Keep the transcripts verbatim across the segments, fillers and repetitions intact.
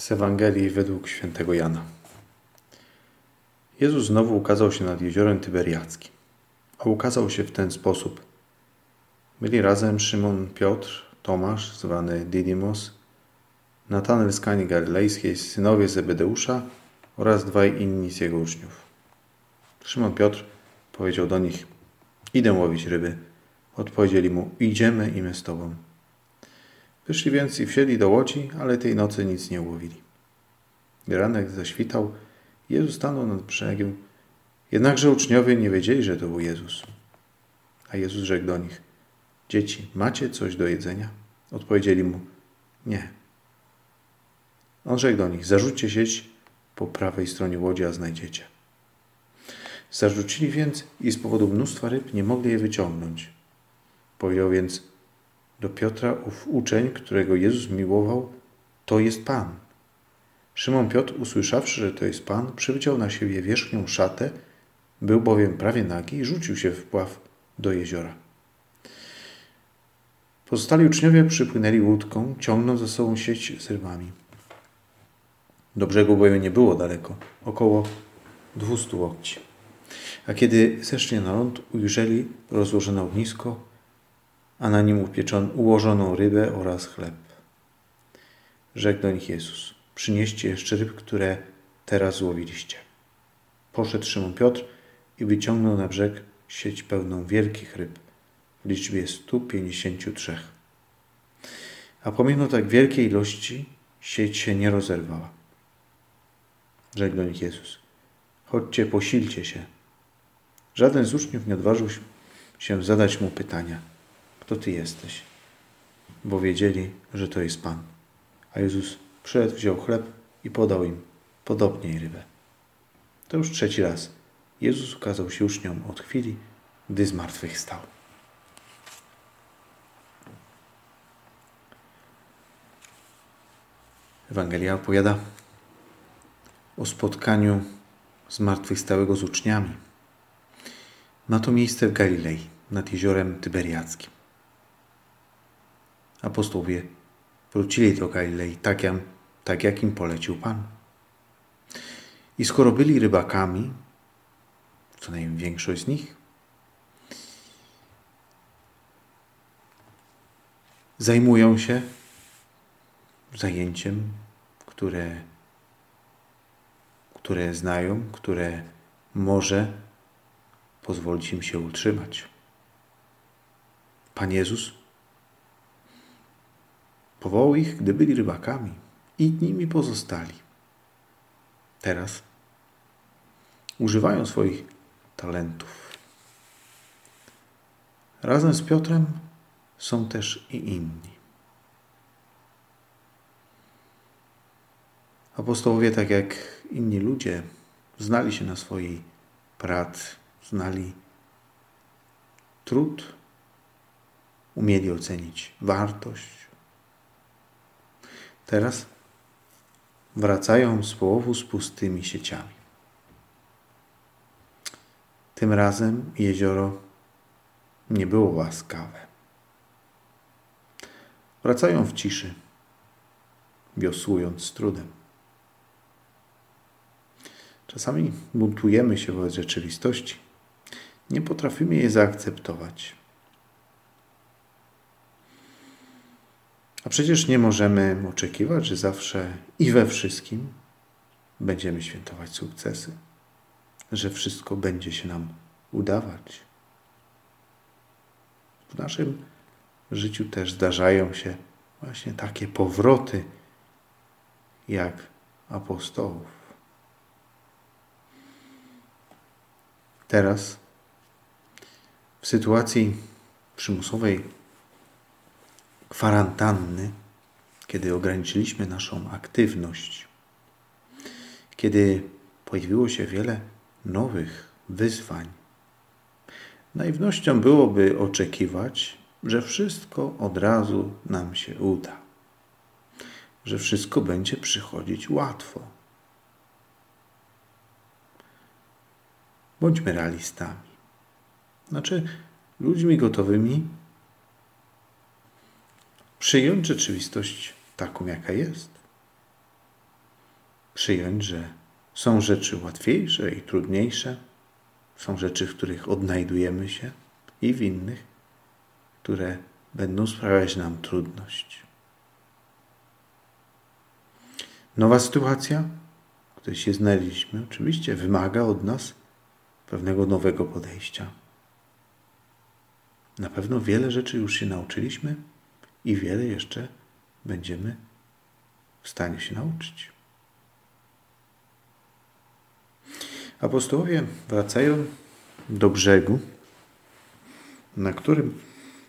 Z Ewangelii według świętego Jana. Jezus znowu ukazał się nad jeziorem Tyberiackim, a ukazał się w ten sposób. Byli razem Szymon Piotr, Tomasz, zwany Didymos, Natanael z Kani Galilejskiej, synowie Zebedeusza oraz dwaj inni z jego uczniów. Szymon Piotr powiedział do nich: idę łowić ryby. Odpowiedzieli mu: idziemy i my z tobą. Wyszli więc i wsiedli do łodzi, ale tej nocy nic nie ułowili. Gdy ranek zaświtał, Jezus stanął nad brzegiem, jednakże uczniowie nie wiedzieli, że to był Jezus. A Jezus rzekł do nich: dzieci, macie coś do jedzenia? Odpowiedzieli mu: nie. On rzekł do nich: zarzućcie sieć po prawej stronie łodzi, a znajdziecie. Zarzucili więc i z powodu mnóstwa ryb nie mogli je wyciągnąć. Powiedział więc do Piotra ów uczeń, którego Jezus miłował: to jest Pan. Szymon Piotr, usłyszawszy, że to jest Pan, przywyciął na siebie wierzchnią szatę, był bowiem prawie nagi i rzucił się w pław do jeziora. Pozostali uczniowie przypłynęli łódką, ciągnąc za sobą sieć z rybami. Do brzegu bowiem nie było daleko, około dwustu łokci. A kiedy zeszli na ląd, ujrzeli rozłożone ognisko, a na nim upieczoną, ułożoną rybę oraz chleb. Rzekł do nich Jezus: przynieście jeszcze ryb, które teraz złowiliście. Poszedł Szymon Piotr i wyciągnął na brzeg sieć pełną wielkich ryb w liczbie stu pięćdziesięciu trzech. A pomimo tak wielkiej ilości sieć się nie rozerwała. Rzekł do nich Jezus: chodźcie, posilcie się. Żaden z uczniów nie odważył się zadać mu pytania: kto ty jesteś? Bo wiedzieli, że to jest Pan. A Jezus przyszedł, wziął chleb i podał im podobnie i rybę. To już trzeci raz Jezus ukazał się uczniom od chwili, gdy zmartwychwstał. Ewangelia opowiada o spotkaniu zmartwychwstałego z uczniami. Ma to miejsce w Galilei, nad jeziorem Tyberiackim. Apostołowie wrócili do Galilei, tak, jak, tak jak im polecił Pan. I skoro byli rybakami, co najmniej większość z nich, zajmują się zajęciem, które, które znają, które może pozwolić im się utrzymać. Pan Jezus powołał ich, gdy byli rybakami, i nimi pozostali. Teraz używają swoich talentów. Razem z Piotrem są też i inni. Apostołowie, tak jak inni ludzie, znali się na swojej pracy, znali trud, umieli ocenić wartość. Teraz wracają z połowu z pustymi sieciami. Tym razem jezioro nie było łaskawe. Wracają w ciszy, wiosłując z trudem. Czasami buntujemy się wobec rzeczywistości. Nie potrafimy jej zaakceptować. A przecież nie możemy oczekiwać, że zawsze i we wszystkim będziemy świętować sukcesy, że wszystko będzie się nam udawać. W naszym życiu też zdarzają się właśnie takie powroty jak apostołów. Teraz w sytuacji przymusowej kwarantanny, kiedy ograniczyliśmy naszą aktywność, kiedy pojawiło się wiele nowych wyzwań, naiwnością byłoby oczekiwać, że wszystko od razu nam się uda, że wszystko będzie przychodzić łatwo. Bądźmy realistami. Znaczy ludźmi gotowymi przyjąć rzeczywistość taką, jaka jest. przyjąć, że są rzeczy łatwiejsze i trudniejsze, są rzeczy, w których odnajdujemy się i w innych, które będą sprawiać nam trudność. Nowa sytuacja, w której się znaleźliśmy, oczywiście wymaga od nas pewnego nowego podejścia. Na pewno wiele rzeczy już się nauczyliśmy i wiele jeszcze będziemy w stanie się nauczyć. Apostołowie wracają do brzegu, na którym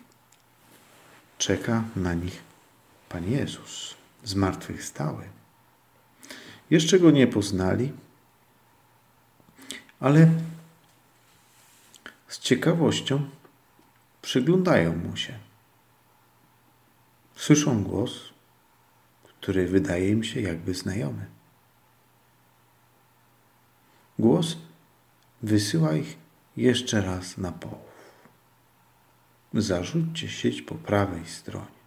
czeka na nich Pan Jezus, zmartwychwstały. Jeszcze Go nie poznali, ale z ciekawością przyglądają Mu się. Słyszą głos, który wydaje im się jakby znajomy. Głos wysyła ich jeszcze raz na połów. Zarzućcie sieć po prawej stronie.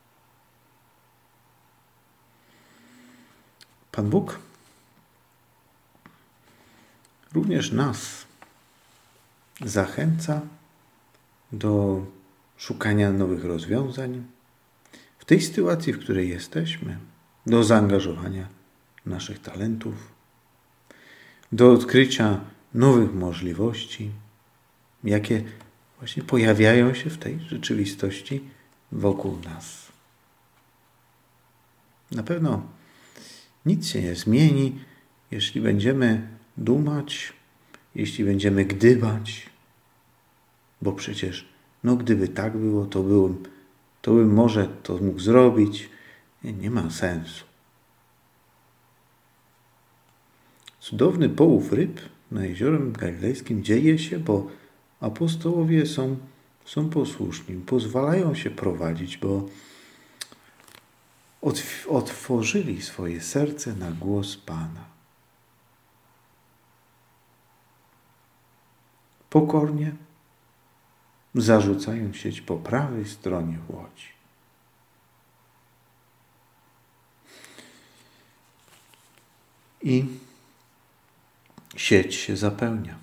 Pan Bóg również nas zachęca do szukania nowych rozwiązań w tej sytuacji, w której jesteśmy, do zaangażowania naszych talentów, do odkrycia nowych możliwości, jakie właśnie pojawiają się w tej rzeczywistości wokół nas. Na pewno nic się nie zmieni, jeśli będziemy dumać, jeśli będziemy gdybać, bo przecież, no gdyby tak było, to bym, to bym może to mógł zrobić. Nie, nie ma sensu. Cudowny połów ryb na Jeziorem Galilejskim dzieje się, bo apostołowie są, są posłuszni, pozwalają się prowadzić, bo otworzyli swoje serce na głos Pana. Pokornie zarzucają sieć po prawej stronie łodzi. I sieć się zapełnia.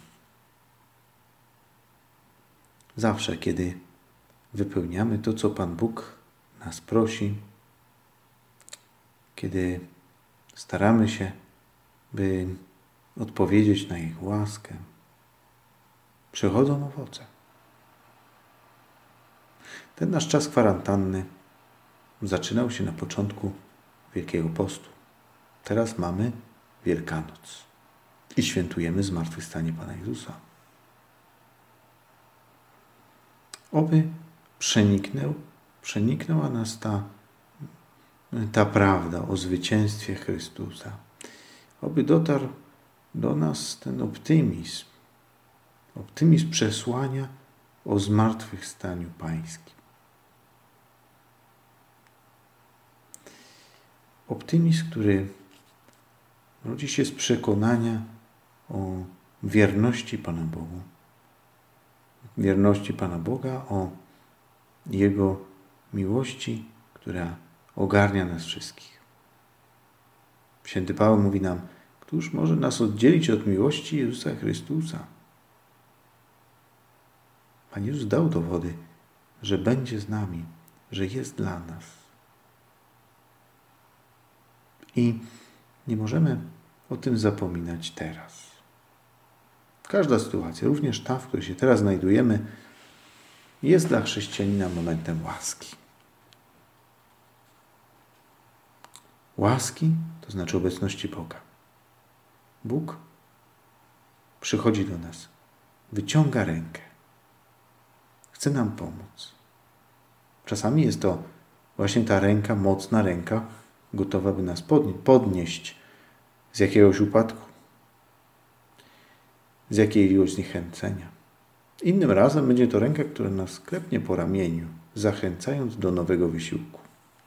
Zawsze, kiedy wypełniamy to, co Pan Bóg nas prosi, kiedy staramy się, by odpowiedzieć na ich łaskę, przychodzą owoce. Ten nasz czas kwarantanny zaczynał się na początku Wielkiego Postu. Teraz mamy Wielkanoc i świętujemy zmartwychwstanie Pana Jezusa. Oby przeniknął, przeniknęła nas ta, ta prawda o zwycięstwie Chrystusa. Oby dotarł do nas ten optymizm, optymizm przesłania o zmartwychwstaniu Pańskim. Optymizm, który rodzi się z przekonania o wierności Pana Bogu. Wierności Pana Boga, o Jego miłości, która ogarnia nas wszystkich. Święty Paweł mówi nam, któż może nas oddzielić od miłości Jezusa Chrystusa? Pan Jezus dał dowody, że będzie z nami, że jest dla nas. I nie możemy o tym zapominać teraz. Każda sytuacja, również ta, w której się teraz znajdujemy, jest dla chrześcijanina momentem łaski. Łaski to znaczy obecności Boga. Bóg przychodzi do nas, wyciąga rękę, chce nam pomóc. Czasami jest to właśnie ta ręka, mocna ręka, gotowa by nas podnieść z jakiegoś upadku, z jakiegoś zniechęcenia. Innym razem będzie to ręka, która nas klepnie po ramieniu, zachęcając do nowego wysiłku.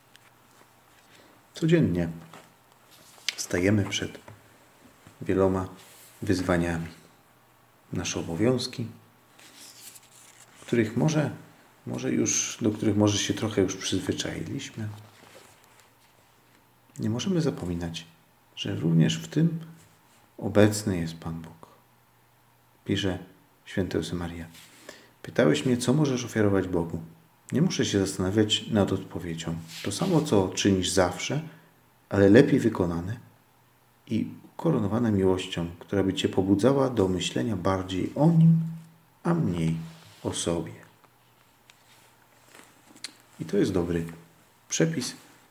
Codziennie stajemy przed wieloma wyzwaniami. Nasze obowiązki, których może, może już, do których może się trochę już przyzwyczailiśmy. Nie możemy zapominać że również w tym obecny jest Pan Bóg. Pisze święty Josemaria. Pytałeś mnie, co możesz ofiarować Bogu. Nie muszę się zastanawiać nad odpowiedzią. To samo, co czynisz zawsze, ale lepiej wykonane i ukoronowane miłością, która by Cię pobudzała do myślenia bardziej o Nim, a mniej o sobie. I to jest dobry przepis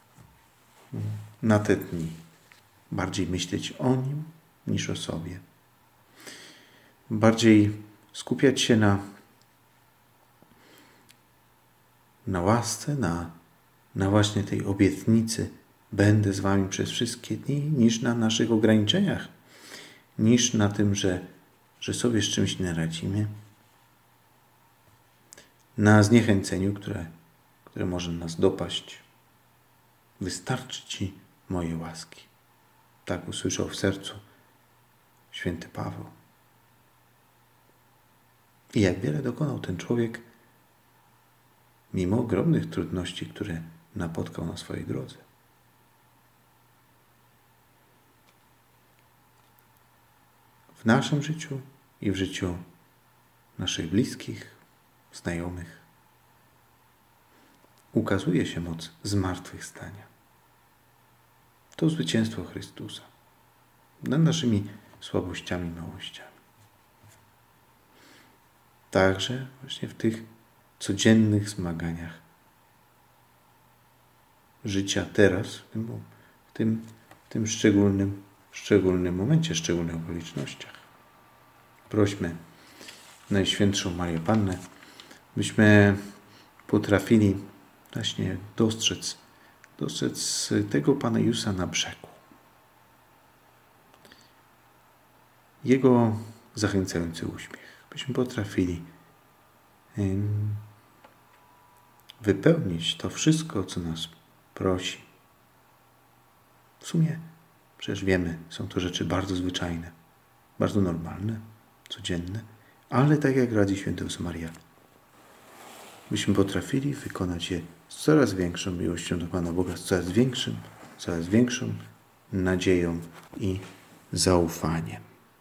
na te dni. Bardziej myśleć o Nim niż o sobie. Bardziej skupiać się na, na łasce, na, na właśnie tej obietnicy. Będę z wami przez wszystkie dni, niż na naszych ograniczeniach, niż na tym, że, że sobie z czymś nie radzimy, na zniechęceniu, które, które może nas dopaść. Wystarczy Ci moje łaski. Tak usłyszał w sercu święty Paweł. I jak wiele dokonał ten człowiek, mimo ogromnych trudności, które napotkał na swojej drodze. W naszym życiu i w życiu naszych bliskich, znajomych ukazuje się moc zmartwychwstania. To zwycięstwo Chrystusa nad naszymi słabościami, małościami. Także właśnie w tych codziennych zmaganiach życia teraz, w tym, w tym, w tym szczególnym, szczególnym momencie, szczególnych okolicznościach. Prośmy Najświętszą Marię Pannę, byśmy potrafili właśnie dostrzec, dostrzec tego Pana Jezusa na brzegu. Jego zachęcający uśmiech. Byśmy potrafili wypełnić to wszystko, co nas prosi. W sumie przecież wiemy, są to rzeczy bardzo zwyczajne, bardzo normalne, codzienne, ale tak jak radzi święty Josemaria, byśmy potrafili wykonać je z coraz większą miłością do Pana Boga, z coraz większym, coraz większą nadzieją i zaufaniem.